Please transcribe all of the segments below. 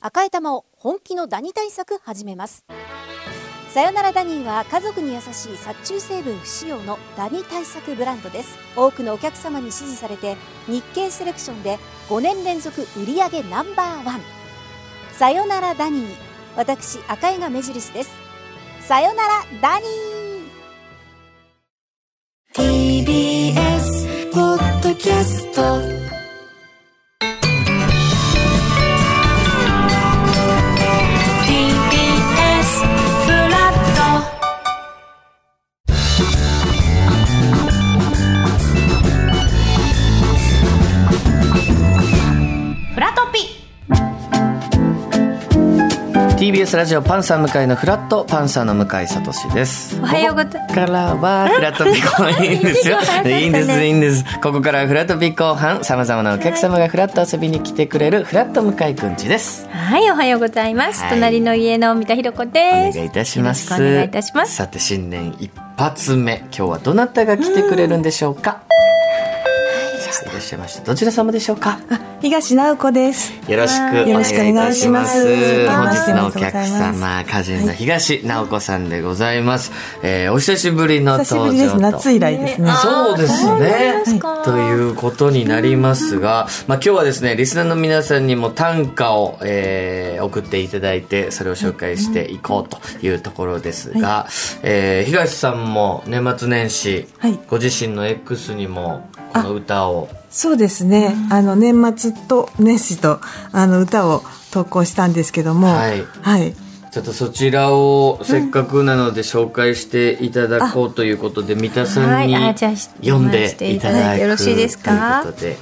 赤い玉を本気のダニ対策始めます。さよならダニーは家族に優しい殺虫成分不使用のダニ対策ブランドです。多くのお客様に支持されて日経セレクションで5年連続売上No.1。さよならダニー、私赤井が目印です。さよならダニー。 TBS ポッドキャスト TBS ラジオパンサー向井のフラット、パンサーの向井聡です。 おはようございます。 ここからはフラットピコいいんですよいいんです。ここからはフラットピ後半、様々なお客様がフラット遊びに来てくれるフラット向井くんちです。 はい、おはようございます、はい、隣の家の三田寛子です。 お願いいたします。 よろしくお願いいたします。 さて新年一発目、今日はどなたが来てくれるんでしょうか。さあいらっしゃいました。どちら様でしょうか。 東直子です。 よろしくお願いいたします。本日のお客様、歌人の東直子さんでございます。お久しぶりの登場と。 久しぶりです。夏以来ですね。 そうですね、はい、ということになりますが、今日はですねリスナーの皆さんにも短歌を、送っていただいて、それを紹介していこうというところですが、東さんも年末年始、ご自身の X にもこの歌を。 そうですね、年末と年始と歌を投稿したんですけども、 ちょっとそちらをせっかくなので紹介していただこうということで、三田さんに読んでいただくよろしいですか。 ということで、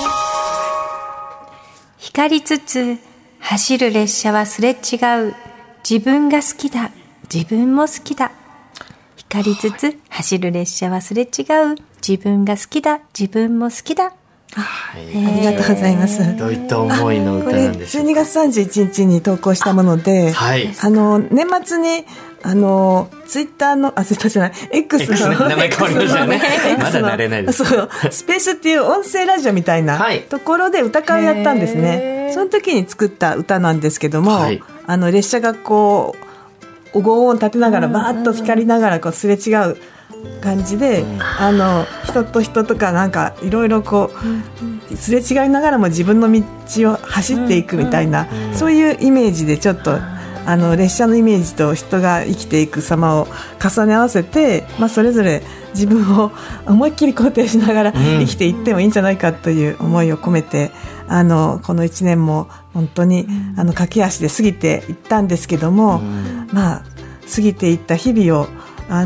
光りつつ走る列車はすれ違う、自分が好きだ、自分も好きだ。光りつつ走る列車はすれ違う、自分が好きだ、自分も好きだ。 ありがとうございます。 どういった思いの歌なんでしょうか。 これ12月31日に投稿したもので、年末にツイッターのツイッターじゃない X の、 名前変わりましたよねまだ慣れないです。 そうスペースっていう音声ラジオみたいなところで歌会をやったんですね。その時に作った歌なんですけども、列車がこうごう音立てながらバーッと光りながらこうすれ違う感じで、人と人とかなんかいろいろこうすれ違いながらも自分の道を走っていくみたいな、そういうイメージでちょっと列車のイメージと人が生きていく様を重ね合わせて、それぞれ自分を思いっきり肯定しながら生きていってもいいんじゃないかという思いを込めて、この1年も本当に駆け足で過ぎていったんですけども、過ぎていった日々を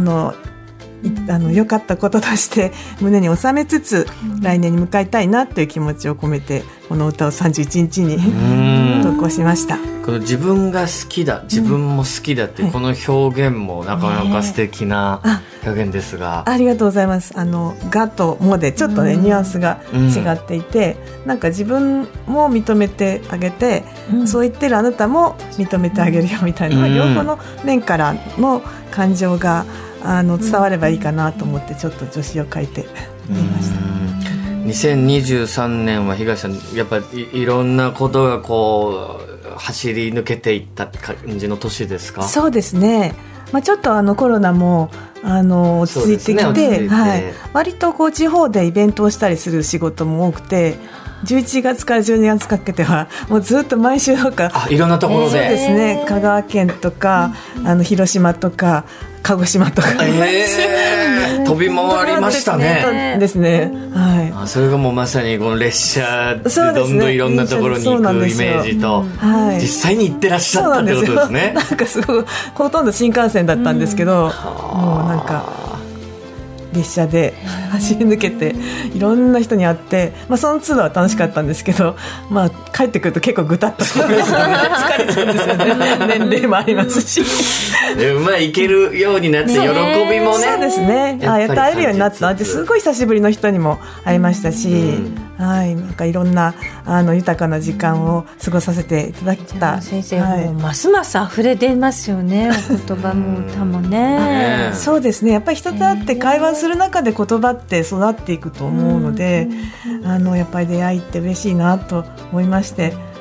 良かったこととして胸に収めつつ、来年に向かいたいなという気持ちを込めてこの歌を31日に投稿しました。 この自分が好きだ、自分も好きだっていうこの表現もなかなか素敵な表現ですが、 ありがとうございます。がともでちょっとね、ニュアンスが違っていて、なんか自分も認めてあげて、そう言ってるあなたも認めてあげるよみたいな、両方の面からの感情が伝わればいいかなと思って、ちょっと助詞を書いてみました。 2023年は東さんやっぱりいろんなことがこう走り抜けていった感じの年ですか。 そうですね、ちょっとコロナも落ち着いてきて、割とこう地方でイベントをしたりする仕事も多くて、11月から12月かけてはもうずっと毎週とかいろんなところで、 そうですね、香川県とか広島とか鹿児島とか、 飛び回りましたね。 ですね、 それがもうまさにこの列車でどんどんいろんなところに行くイメージと、実際に行ってらっしゃったってことですね。 なんかすごいほとんど新幹線だったんですけど、もうなんか列車で走り抜けていろんな人に会って、その都度は楽しかったんですけど、帰ってくると結構ぐたっと疲れちゃうんですよね年齢もありますしでも行けるようになって喜びもね、 そうですね、やっと会えるようになったって、すごい久しぶりの人にも会いましたし、なんかいろんな豊かな時間を過ごさせていただきた。 先生、もうますます溢れ出ますよね、お言葉も歌もね。 そうですね、やっぱり人と会って会話する中で言葉って育っていくと思うので、やっぱり出会いって嬉しいなと思いまして、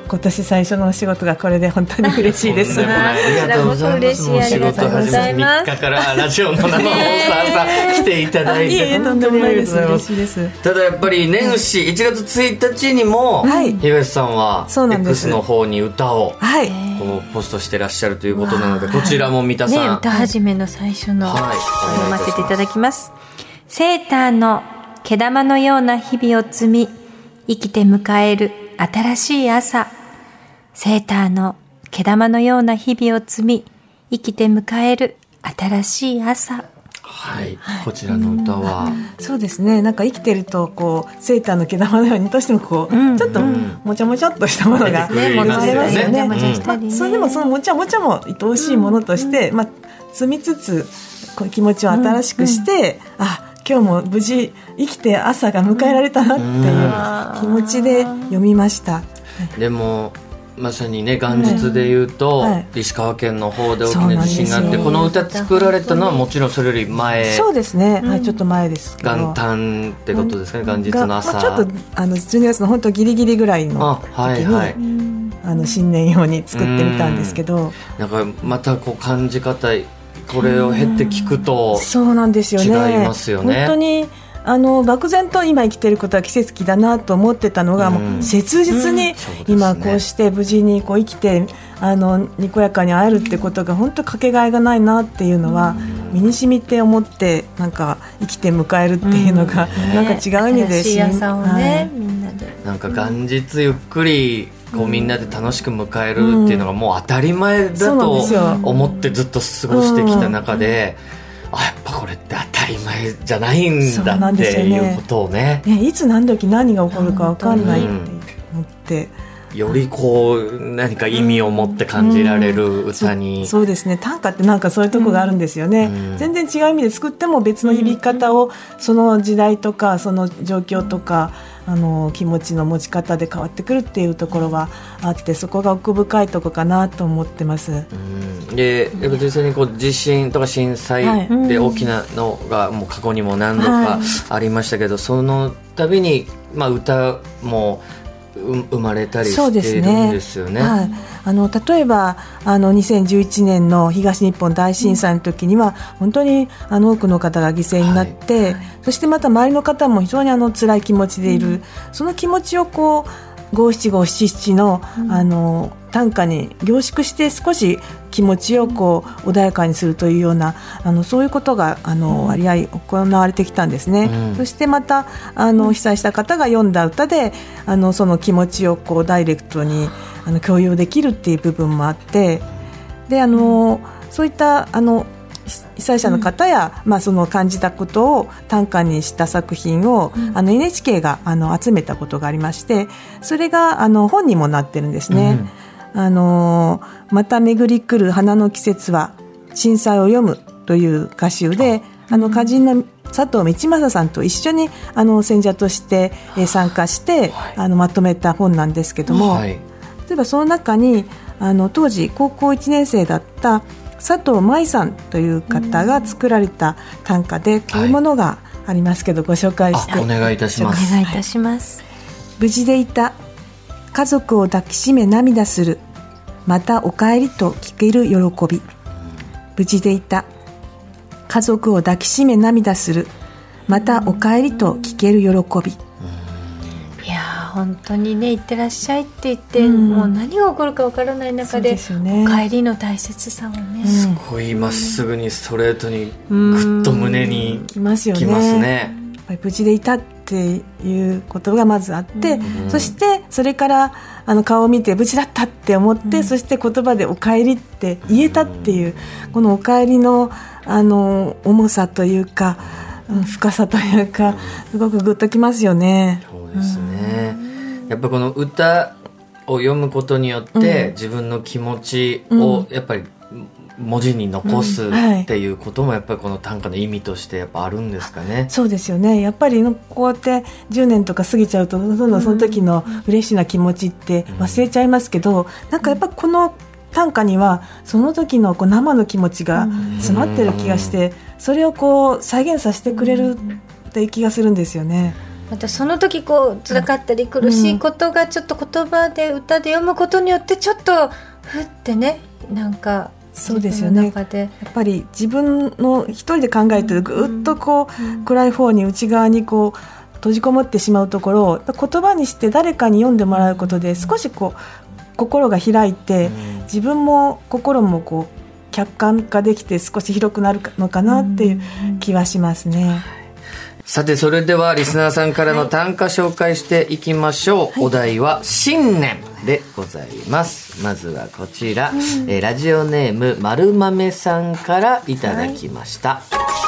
今年最初のお仕事がこれで本当に嬉しいです。 ありがとうございます。もう仕事始め3日からラジオの生放送朝来ていただいてとんでもないです。嬉しいです。 ただやっぱり年始1月1日にも、東さんは X の方に歌をこうポストしてらっしゃるということなので、こちらも三田さん、 歌始めの最初の読ませていただきます。セーターの毛玉のような日々を積み、生きて迎える新しい朝。セーターの毛玉のような日々を積み、生きて迎える新しい朝。 はい、こちらの歌は、 そうですね、なんか生きてるとこうセーターの毛玉のようにどうしてもこう、ちょっともちゃもちゃっとしたものがね、 生まれますよね。 それでもそのもちゃもちゃも愛おしいものとして、積みつつこう気持ちを新しくして、今日も無事生きて朝が迎えられたなっていう気持ちで読みました。 でもまさにね、元日でいうと、石川県の方で大きな地震があって、この歌作られたのはもちろんそれより前。 そうですね、ちょっと前ですけど、 元旦ってことですかね、元日の朝、 ちょっと12月の本当ギリギリぐらいの時に、新年用に作ってみたんですけど、 なんかまたこう感じ方、これを経って聞くとそうなんですよね、 違いますよね。 本当に漠然と今生きていることは季節期だなと思ってたのが、もう切実に今こうして無事にこう生きてにこやかに会えるってことが本当かけがえがないなっていうのは身に染みて思って、なんか生きて迎えるっていうのがなんか違う意味で新しい朝をね、みんなでなんか元日ゆっくりこうみんなで楽しく迎えるっていうのがもう当たり前だと思ってずっと過ごしてきた中で、やっぱこれって当たり前じゃないんだっていうことをね、 いつ何時何が起こるか分かんないって思って、 よりこう何か意味を持って感じられる歌に、 そうですね、短歌ってなんかそういうとこがあるんですよね、全然違う意味で作っても別の響き方をその時代とかその状況とか気持ちの持ち方で変わってくるっていうところはあって、そこが奥深いとこかなと思ってます。 でやっぱ実際にこう地震とか震災で大きなのがもう過去にも何度かありましたけど、その度に歌も生まれたりしているんですよね。 例えば2011年の東日本大震災の時には本当に多くの方が犠牲になって、そしてまた周りの方も非常に辛い気持ちでいる、その気持ちをこう五七五七七の、短歌に凝縮して少し気持ちをこう穏やかにするというようなそういうことが割合行われてきたんですね、そしてまた被災した方が読んだ歌でその気持ちをこうダイレクトに共有できるっていう部分もあって、でそういった被災者の方や、その感じたことを短歌にした作品を、NHK が集めたことがありまして、それが本にもなってるんですね、また巡り来る花の季節は震災を読むという歌集で、歌人の佐藤道正さんと一緒に選者として参加して、まとめた本なんですけども、例えばその中に当時高校1年生だった佐藤舞さんという方が作られた短歌で、こういうものがありますけど、ご紹介してお願いいたします。 お願いいたします。 無事でいた、家族を抱きしめ涙する、またお帰りと聞ける喜び。無事でいた、家族を抱きしめ涙する、またお帰りと聞ける喜び。 いや本当にね、行ってらっしゃいって言って、もう何が起こるか分からない中で、お帰りの大切さをね、 すごいまっすぐにストレートにぐっと胸にきますね。 やっぱり無事でいたっていうことがまずあって、そしてそれから顔を見て無事だったって思って、そして言葉でお帰りって言えたっていう、このお帰りの重さというか、深さというか、すごくグッときますよね。 そうですね、やっぱこの歌を読むことによって、自分の気持ちをやっぱり文字に残すっていうこともやっぱりこの短歌の意味としてやっぱあるんですかね。 そうですよね。やっぱりこうやって10年とか過ぎちゃうと、どんどんその時の嬉しな気持ちって忘れちゃいますけど、なんかやっぱこの短歌にはその時のこう生の気持ちが詰まってる気がして、それをこう再現させてくれるっていう気がするんですよね。 またその時こう辛かったり苦しいことがちょっと言葉で歌で読むことによってちょっとふってね、なんかそうですよね。やっぱり自分の一人で考えてるぐっとこう、暗い方に内側にこう閉じこもってしまうところを言葉にして誰かに読んでもらうことで少しこう心が開いて、自分も心もこう客観化できて少し広くなるのかなっていう気はしますね。 さて、それではリスナーさんからの短歌紹介していきましょう。はい、お題は新年でございます。まずはこちら、ラジオネーム丸豆さんからいただきました。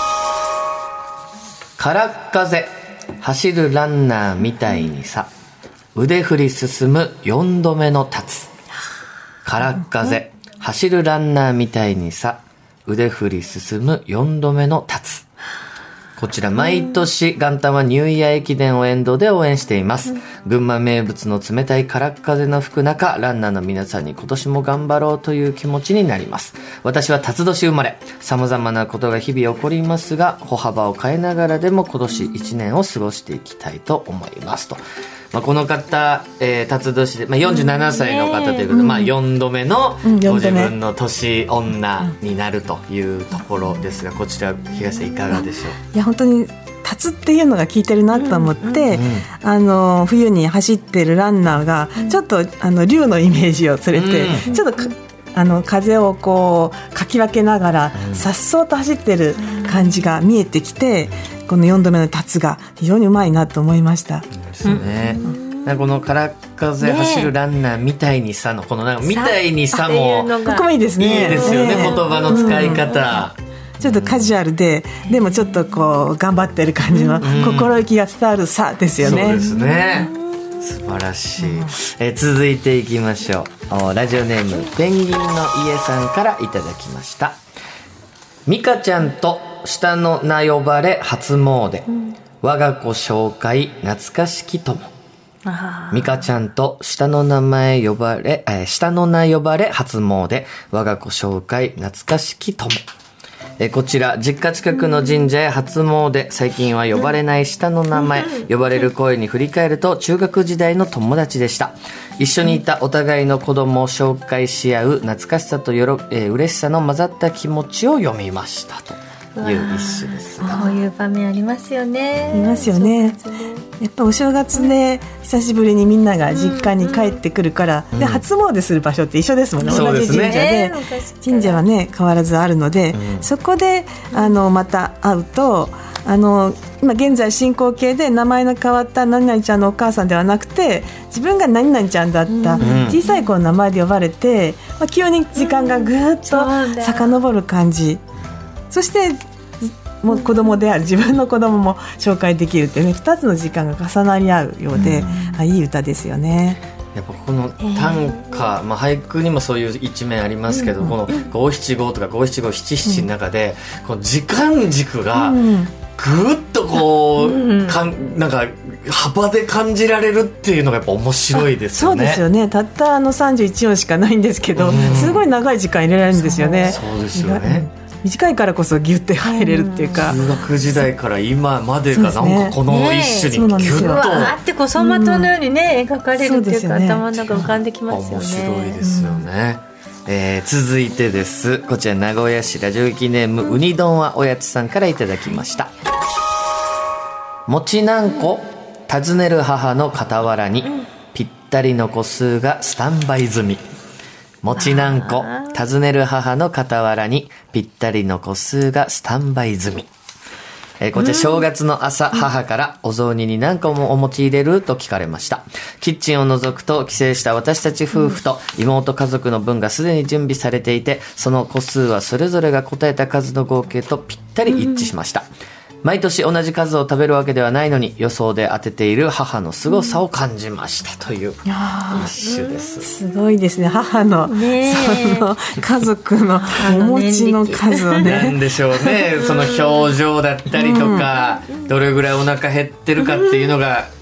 からっ風走るランナーみたいにさ、腕振り進む4度目の立つ。からっ風走るランナーみたいにさ、腕振り進む4度目の立つ。こちら毎年元旦はニューイヤー駅伝を沿道で応援しています。群馬名物の冷たいからっ風の吹く中、ランナーの皆さんに今年も頑張ろうという気持ちになります。私は辰年生まれ、様々なことが日々起こりますが、歩幅を変えながらでも今年1年を過ごしていきたいと思いますと。この方、辰年で、47歳の方ということで、4度目のご自分の年女になるというところですが、こちら東さんいかがでしょう。 いや本当に立つっていうのが効いてるなと思って、冬に走ってるランナーがちょっと竜のイメージを連れて、ちょっと風をこうかき分けながら颯爽と走ってる感じが見えてきて、この4度目の立つが非常にうまいなと思いました。 ですね。このからっ風走るランナーみたいにさのこのみたいにさもここもいいですね。 いいですよね、言葉の使い方。 ちょっとカジュアルで、でもちょっとこう頑張ってる感じの心意気が伝わるさですよね。 そうですね。素晴らしい。続いていきましょう。ラジオネームペンギンの家さんからいただきました。ミカちゃんと下の名呼ばれ初詣、我が子紹介懐かしき友。ミカちゃんと下の名呼ばれ初詣、我が子紹介懐かしき友。こちら実家近くの神社へ初詣、最近は呼ばれない下の名前、呼ばれる声に振り返ると中学時代の友達でした。一緒にいたお互いの子供を紹介し合う懐かしさと嬉しさの混ざった気持ちを読みましたという一首ですが、 こういう場面ありますよね。 ありますよね。やっぱお正月で久しぶりにみんなが実家に帰ってくるから、で初詣する場所って一緒ですもんね。同じ神社で、神社はね変わらずあるので、そこでまた会うと今現在進行形で名前の変わった何々ちゃんのお母さんではなくて、自分が何々ちゃんだった小さい子の名前で呼ばれて、急に時間がぐーっと遡る感じ。そしてもう子供である自分の子供も紹介できるっていうね、2つの時間が重なり合うようで、いい歌ですよね。 やっぱこの短歌、俳句にもそういう一面ありますけど、この五七五とか五七五七七の中で、この時間軸がぐっとこう、なんか幅で感じられるっていうのがやっぱ面白いですよね。 そうですよね。たった31音しかないんですけど、すごい長い時間入れられるんですよね。 そうですよね。 短いからこそギュッて入れるっていうか、 中学時代から今までがなんかこの一首にギュッと、 あってこう走馬灯のようにね、描かれるっていうか、頭の中浮かんできますよね。 面白いですよね。続いてです。こちら名古屋市ラジオ劇ネームうに丼はおやつさんからいただきました。餅何個尋ねる母の傍らに、ぴったりの個数がスタンバイ済み。餅何個尋ねる母の傍らに、ぴったりの個数がスタンバイ済み。こちら正月の朝、母からお雑煮に何個もお餅入れると聞かれました。キッチンを覗くと帰省した私たち夫婦と妹家族の分がすでに準備されていて、その個数はそれぞれが答えた数の合計とぴったり一致しました。毎年同じ数を食べるわけではないのに、予想で当てている母の凄さを感じましたという一首です。 すごいですね。母の、その家族のお餅の数をね。 なんでしょうね。その表情だったりとか、どれぐらいお腹減ってるかっていうのが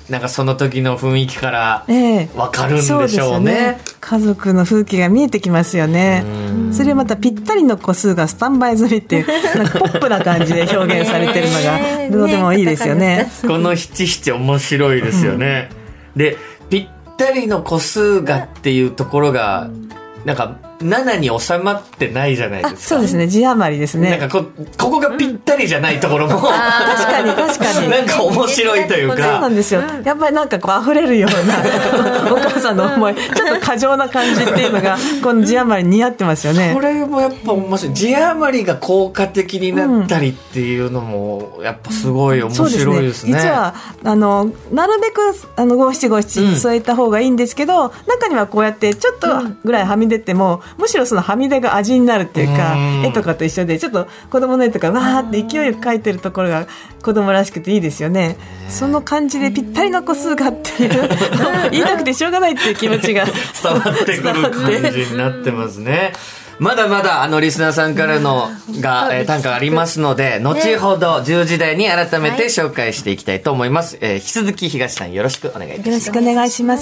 なんかその時の雰囲気から分かるんでしょうね。 そうですね。家族の風景が見えてきますよね。それまたぴったりの個数がスタンバイ済みっていうなんかポップな感じで表現されてるのがどうでもいいですよね。 この七七面白いですよね。でぴったりの個数がっていうところがなんか7に収まってないじゃないですか。 そうですね、字余りですね。 なんかここがぴったりじゃないところも、 確かになんか面白いというか、 そうなんですよ。やっぱりなんかこう溢れるようなお母さんの思い、ちょっと過剰な感じっていうのがこの字余り似合ってますよね。 これもやっぱ面白い。字余りが効果的になったりっていうのもやっぱすごい面白いですね。 実はなるべく五七五七添えた方がいいんですけど、中にはこうやってちょっとぐらいはみ出ても、むしろそのはみ出が味になるっていうか、絵とかと一緒でちょっと子供の絵とかわーって勢いよく描いてるところが子供らしくていいですよね。その感じでぴったりの個数がっていう言いたくてしょうがないっていう気持ちが伝わってくる感じになってますね。まだまだリスナーさんからのが、短歌ありますので、後ほど10時台に改めて紹介していきたいと思います。引き続き東さんよろしくお願いいたします。 よろしくお願いします。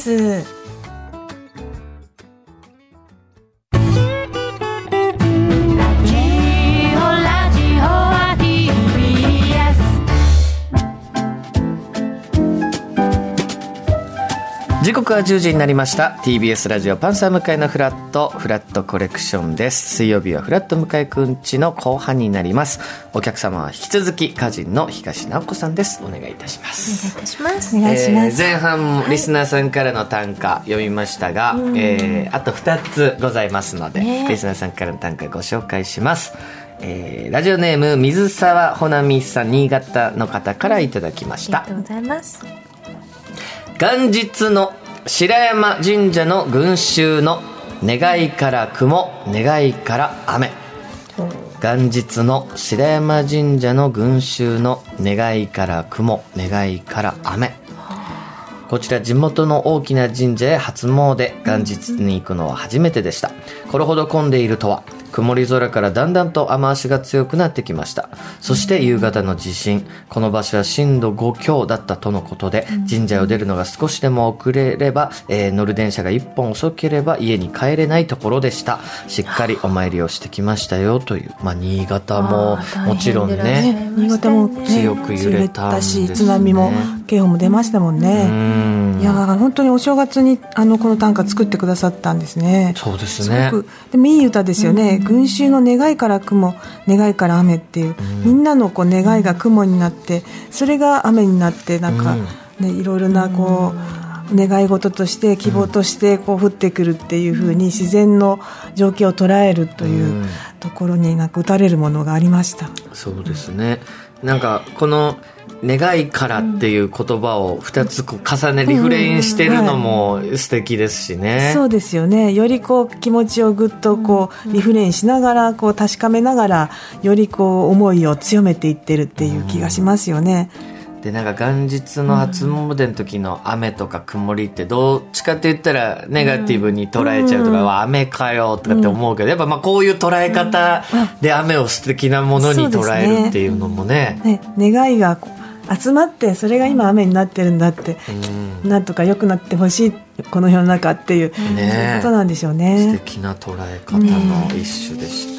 時刻は10時になりました。 TBS ラジオパンサー向井のフラットコレクションです。水曜日はフラット向井くんちの後半になります。お客様は引き続き歌人の東直子さんです。お願いいたします。 お願いいたします。 お願いします。 前半リスナーさんからの短歌読みましたが、あと2つございますので、リスナーさんからの短歌ご紹介します。ラジオネーム水沢ほなみさん、新潟の方からいただきました。 ありがとうございます。 元日の白山神社の群衆の願いから雲、願いから雨。元日の白山神社の群衆の願いから雲、願いから雨。こちら地元の大きな神社へ初詣、元日に行くのは初めてでした。これほど混んでいるとは。曇り空からだんだんと雨足が強くなってきました。そして夕方の地震、この場所は震度5強だったとのことで、神社を出るのが少しでも遅れれば、乗る電車が1本遅ければ家に帰れないところでした。しっかりお参りをしてきましたよという、新潟ももちろんね、 新潟も、 強く揺れたんですね。 津波も警報も出ましたもんね。いや本当にお正月にこの短歌作ってくださったんですね。 そうですね。 すごくでもいい歌ですよね。群衆の願いから雲、願いから雨っていう、みんなのこう願いが雲になって、それが雨になって、なんか、いろいろなこう願い事として希望としてこう降ってくるっていう風に自然の状況を捉えるというところになんか打たれるものがありました。 そうですね。なんかこの願いからっていう言葉を2つこう重ねリフレインしてるのも素敵ですしね。 そうですよね。よりこう気持ちをぐっとこうリフレインしながらこう確かめながら、よりこう思いを強めていってるっていう気がしますよね。 でなんか元日の初詣の時の雨とか曇りってどっちかって言ったらネガティブに捉えちゃうとか、雨かよとかって思うけど、やっぱこういう捉え方で雨を素敵なものに捉えるっていうのもね、 願いが集まってそれが今雨になってるんだって、なんとか良くなってほしいこの世の中っていう、そういうことなんでしょうね。 素敵な捉え方の一種でした。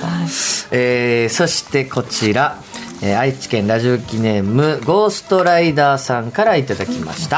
そしてこちら、愛知県ラジオ記ネームゴーストライダーさんからいただきました。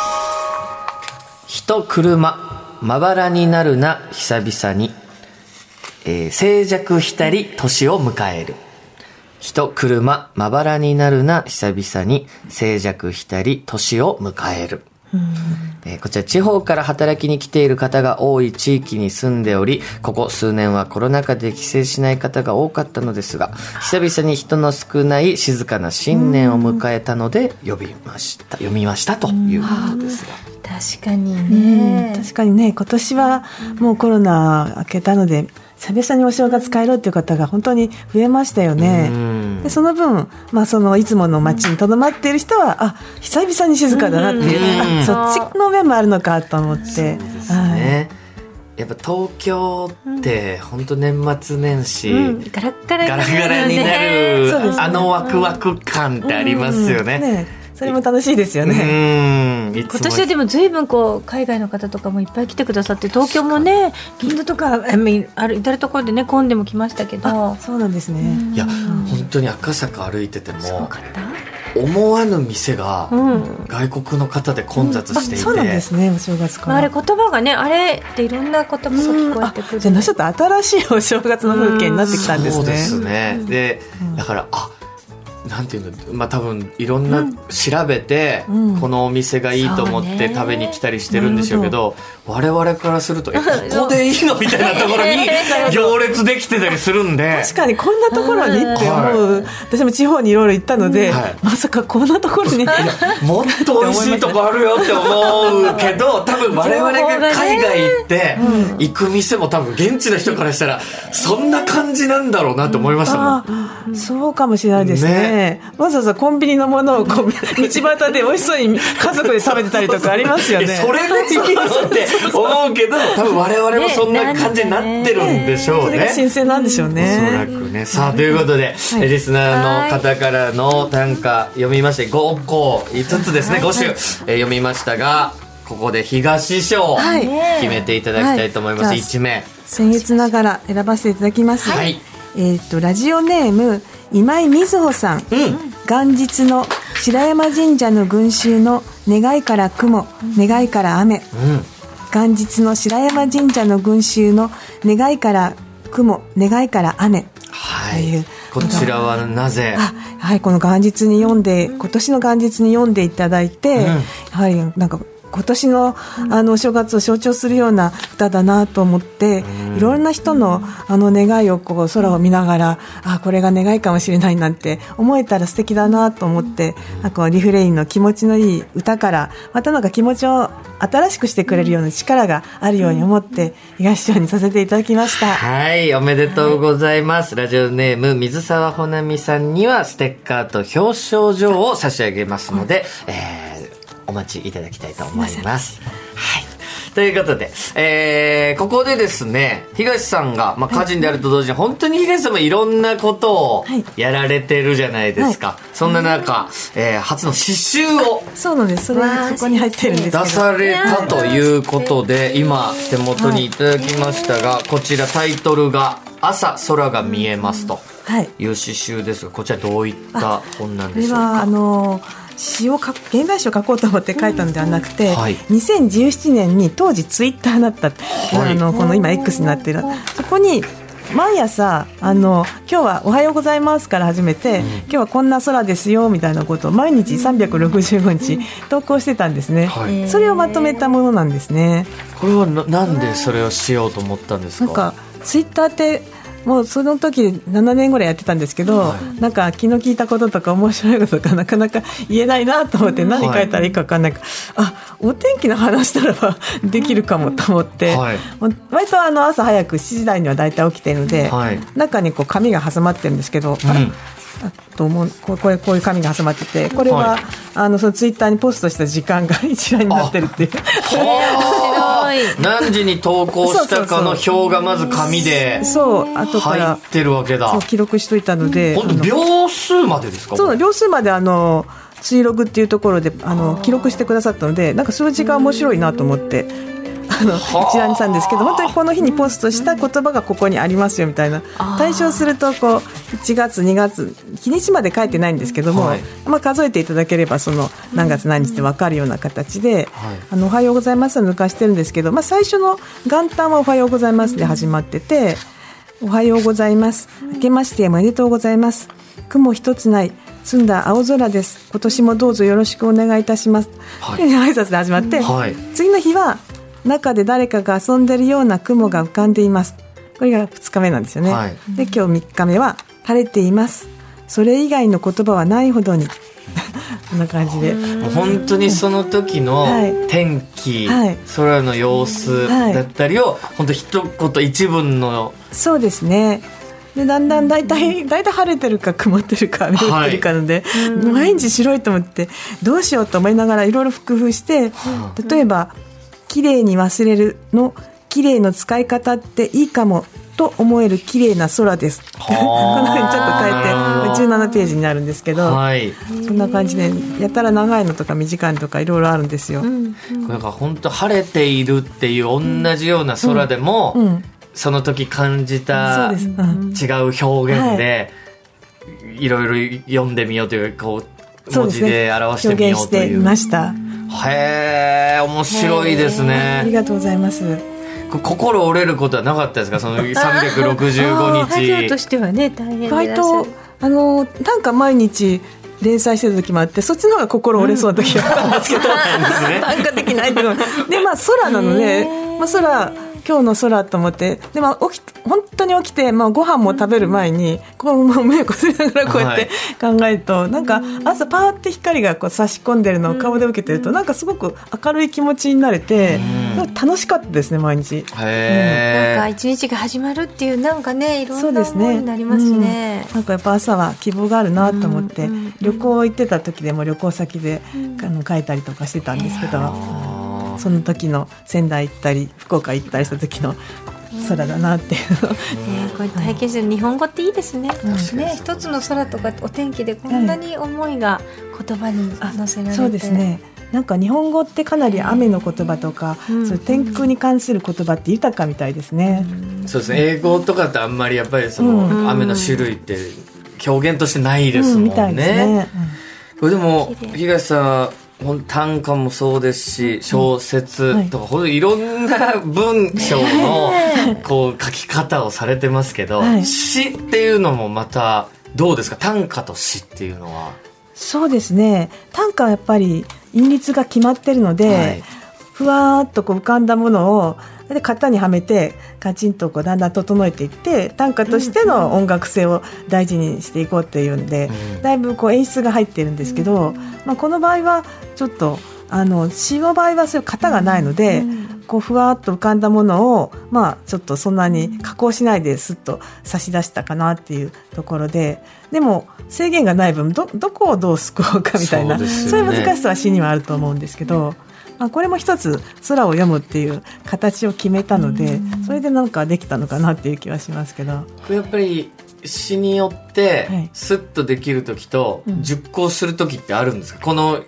人車まばらになるな久々に、静寂浸り年を迎える。人車まばらになるな久々に、静寂浸り年を迎える。こちら地方から働きに来ている方が多い地域に住んでおり、ここ数年はコロナ禍で帰省しない方が多かったのですが、久々に人の少ない静かな新年を迎えたので読みましたということですが、 確かにね、 確かにね、今年はもうコロナ明けたので久々にお正月帰ろうという方が本当に増えましたよね。でその分、そのいつもの街にとどまっている人は久々に静かだなっていう、そっちの面もあるのかと思って。そうですね、やっぱ東京って本当年末年始、 ガラッガラになる、ワクワク感ってありますよね。 それも楽しいですよね。 今年はでも随分海外の方とかもいっぱい来てくださって、東京もね銀座とか至るところでね混んでも来ましたけど。 そうなんですね。 いや本当に赤坂歩いててもすごかった。 思わぬ店が外国の方で混雑していて、 そうなんですね。お正月からあれ言葉がねあれっていろんな言葉も聞こえてくる。 じゃあちょっと新しいお正月の風景になってきたんですね。 そうですね。でだからなんていうの、多分いろんな調べて、このお店がいいと思って食べに来たりしてるんでしょうけど、我々からするとここでいいのみたいなところに行列できてたりするんで確かにこんなところにって思う、私も地方にいろいろ行ったので、まさかこんなところにもっと美味しいとこあるよって思うけど、多分我々が海外行って行く店も多分現地の人からしたらそんな感じなんだろうなと思いましたもん。 そうかもしれないですね。わざわざコンビニのものを道端で美味しそうに家族で食べてたりとかありますよね。 それでいいのって思うけど、多分我々もそんな感じになってるんでしょうね。 それが新鮮なんでしょうね。 おそらくね。さあということで、リスナーの方からの短歌読みまして5つですね、5首、読みましたが、ここで東賞を決めていただきたいと思います。1名僭越ながら選ばせていただきます。ラジオネーム今井瑞穂さん、元日の白山神社の群衆の願いから雲、願いから雨、元日の白山神社の群衆の願いから雲、願いから雨、 こちらはなぜ？ この元日に読んで、今年の元日に読んでいただいて、やはりなんか今年のお正月を象徴するような歌だなと思って、いろんな人の願いを空を見ながら、これが願いかもしれないなんて思えたら素敵だなと思って、リフレインの気持ちのいい歌からまたなんか気持ちを新しくしてくれるような力があるように思って東賞にさせていただきました。 はい、おめでとうございます。ラジオネーム水沢ほなみさんにはステッカーと表彰状を差し上げますので、お待ちいただきたいと思います。はい。ということで、ここでですね、東さんが、歌人であると同時に、本当に東さんもいろんなことをやられてるじゃないですか。そんな中、初の詩集をそうなんです。そこに入ってるんですけど、 出されたということで、今手元にいただきましたが、こちらタイトルが朝空が見えますという詩集ですが、こちらどういった本なんでしょうか？ これは詩を現代詩を書こうと思って書いたのではなくて、2017年に当時ツイッターになった、この今 X になっている、そこに毎朝今日はおはようございますから始めて、今日はこんな空ですよみたいなことを毎日365日投稿してたんですね。それをまとめたものなんですね。 これはなんでそれをしようと思ったんですか？ なんかツイッターってもうその時7年ぐらいやってたんですけど、なんか気の利いたこととか面白いこととかなかなか言えないなと思って、何書いたらいいか分かんないから、お天気の話したらばできるかもと思って、割と朝早く7時台には大体起きているので、中に紙が挟まってるんですけど、こういう紙が挟まってて、これは、そのツイッターにポストした時間が一覧になってるっていう。 何時に投稿したかの表がまず紙で後から入ってるわけだ。 記録しといたので、 本当秒数までですか？ そう、秒数まで追録っていうところで記録してくださったので、なんか数字が面白いなと思って一覧にしたんですけど、本当にこの日にポストした言葉がここにありますよみたいな、対象すると1月2月日にちまで書いてないんですけども、数えていただければその何月何日って分かるような形で、おはようございますを抜かしてるんですけど、最初の元旦はおはようございますで始まってて、おはようございます、明けましておめでとうございます、雲一つない澄んだ青空です、今年もどうぞよろしくお願いいたします、挨拶で始まって、次の日は中で誰かが遊んでるような雲が浮かんでいます。これが2日目なんですよね。で今日3日目は晴れています。それ以外の言葉はないほどにこんな感じで、 もう本当にその時の天気、空の様子だったりを、本当一言一文の。 そうですね。でだんだんだいたい晴れてるか曇ってるか雨降ってるかので、毎日白いと思ってどうしようと思いながらいろいろ工夫して、例えば綺麗に忘れるの綺麗の使い方っていいかもと思える綺麗な空ですこのようにちょっと変えて17ページになるんですけど、はい、そんな感じでやたら長いのとか短いのとかいろいろあるんですよ。 なんか本当晴れているっていう同じような空でも、その時感じた違う表現でいろいろ読んでみようというか、こう文字で表してみようという。表現してみました。へー、面白いですね。 ありがとうございます。 心折れることはなかったですか、その365日。 作業としてはね、大変でいらっしゃる。 割と短歌毎日連載してた時もあって、そっちの方が心折れそうな時があったんですけど、短歌できないっていうので、空なので、空今日の空と思って、で本当に起きて、ご飯も食べる前にこう目をこすりながらこうやって考えると、なんか朝パーって光がこう差し込んでるのを顔で受けてると、なんかすごく明るい気持ちになれて、楽しかったですね、毎日。 なんか一日が始まるっていう、なんかね、いろんな思いになりますね。 なんかやっぱ朝は希望があるなと思って、旅行行ってた時でも旅行先で書いたりとかしてたんですけど、その時の仙台行ったり福岡行ったりした時の空だなっていうこれ体験する日本語っていいですね。一つの空とかお天気でこんなに思いが言葉に乗せられて、 そうですね。なんか日本語ってかなり雨の言葉とか、そういう天空に関する言葉って豊かみたいですね。 そうですね。英語とかってあんまりやっぱりその雨の種類って表現としてないですもんね。みたいですね。これでも東さん、短歌もそうですし小説とか、ほんといろんな文章のこう書き方をされてますけど、詩っていうのもまたどうですか、短歌と詩っていうのは。 そうですね、短歌はやっぱり韻律が決まってるので、ふわーっとこう浮かんだものをで型にはめてカチンとこうだんだん整えていって、短歌としての音楽性を大事にしていこうっていうんで、だいぶこう演出が入ってるんですけど、この場合はちょっと詩の場合はそういう型がないので、こうふわっと浮かんだものを、ちょっとそんなに加工しないですっと差し出したかなっていうところで、でも制限がない分 どこをどう救おうかみたいな、そういう難しさは詩にはあると思うんですけど、これも一つ空を読むっていう形を決めたので、それでなんかできたのかなっていう気はしますけど、 やっぱり詩によってスッとできる時と熟考する時ってあるんですか、この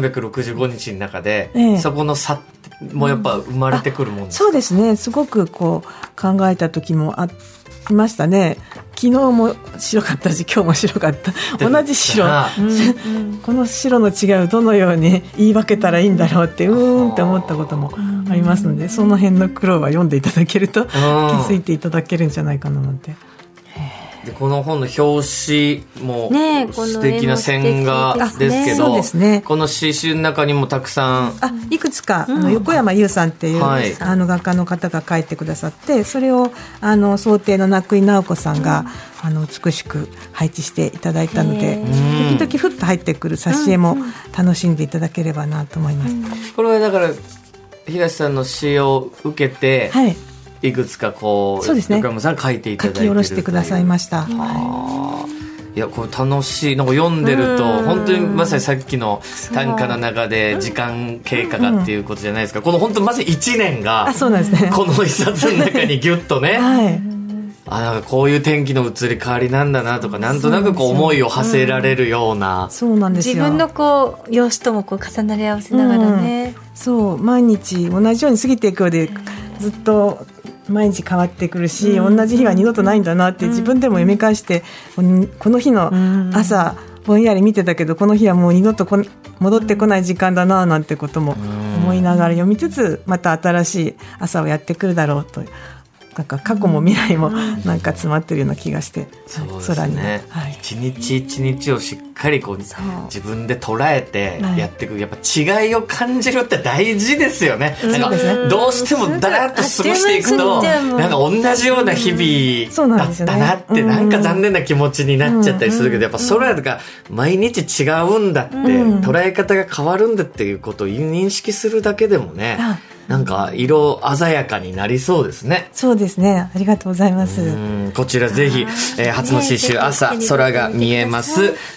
365日の中で、そこの差もやっぱ生まれてくるもんですか。 そうですね、すごくこう考えた時もありましたね。昨日も白かったし今日も白かった、同じ白、この白の違いをどのように言い分けたらいいんだろうってって思ったこともありますので、その辺の苦労は読んでいただけると気づいていただけるんじゃないかななんて。 でこの本の表紙も素敵な線画ですけど、この詩集の中にもたくさんいくつか横山優さんっていう、画家の方が書いてくださって、それを想定の名井直子さんが美しく配置していただいたので、時々ふっと入ってくる挿絵も楽しんでいただければなと思います。 これはだから東さんの詩を受けて、いくつかこう、横山さん書いていただいている、 書き下ろしてくださいました。 いや、これ楽しい。なんか読んでると本当にまさにさっきの短歌の中で時間経過がっていうことじゃないですか、この本当まさに1年がこの一冊の中にギュッとね、なんかこういう天気の移り変わりなんだなとか、なんとなくこう思いを馳せられるような、 そうなんですよ、 自分のこう様子ともこう重なり合わせながらね、 そう毎日同じように過ぎていくようで、ずっと毎日変わってくるし、同じ日が二度とないんだなって自分でも読み返して、この日の朝ぼんやり見てたけど、この日はもう二度と戻ってこない時間だななんてことも思いながら読みつつ、また新しい朝をやってくるだろうと、なんか過去も未来もなんか詰まってるような気がして、 空にね、一日一日をしっかりこう自分で捉えてやっていく、やっぱ違いを感じるって大事ですよね。なんかどうしてもだらっと過ごしていくと、なんか同じような日々だったなって、なんか残念な気持ちになっちゃったりするけど、やっぱ空が毎日違うんだって、捉え方が変わるんだっていうことを認識するだけでもね、なんか色鮮やかになりそうですね。 そうですね、ありがとうございます。 こちらぜひ、初の詩集朝空が見えます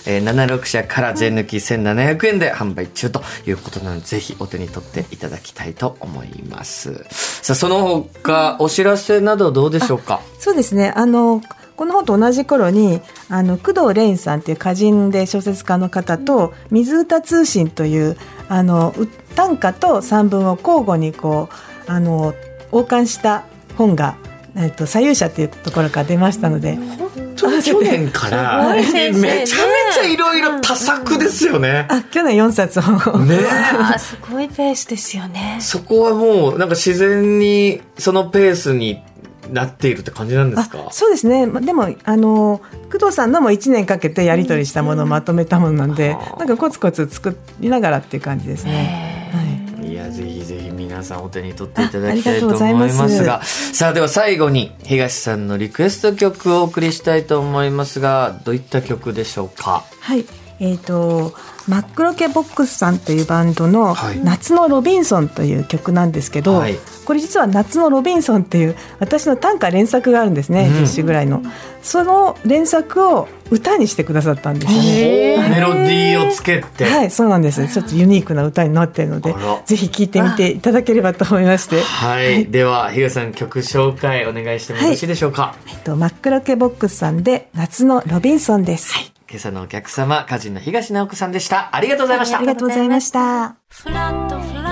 、76社から税抜き1700円で販売中ということなので、ぜひお手に取っていただきたいと思います。さあその他お知らせなどどうでしょうか。 そうですね、 この本と同じ頃に工藤レインさんっていう歌人で小説家の方と水歌通信という短歌と散文を交互にこう王冠した本が、左右者というところから出ましたので、 去年からめちゃめちゃいろいろ多作ですよね。 去年4冊をねすごいペースですよね。 そこはもうなんか自然にそのペースになっているって感じなんですか？ そうですね。でも工藤さんのも1年かけてやり取りしたものをまとめたものなんで、なんかコツコツ作りながらっていう感じですね。 いや、ぜひぜひ皆さんお手に取っていただきたいと思いますが、さあでは最後に東さんのリクエスト曲をお送りしたいと思いますが、どういった曲でしょうか？ はい、マックロケボックスさんというバンドの夏のロビンソンという曲なんですけど、これ実は夏のロビンソンっていう私の短歌連作があるんですね、10種ぐらいの。その連作を歌にしてくださったんですよね。 メロディーをつけて。 はい、そうなんです。ちょっとユニークな歌になっているので、ぜひ聴いてみていただければと思いまして。 はい、では東さん曲紹介お願いしてもよろしいでしょうか？ マックロケボックスさんで夏のロビンソンです。 今朝のお客様、歌人の東直子さんでした。ありがとうございました。 ありがとうございました。 フラット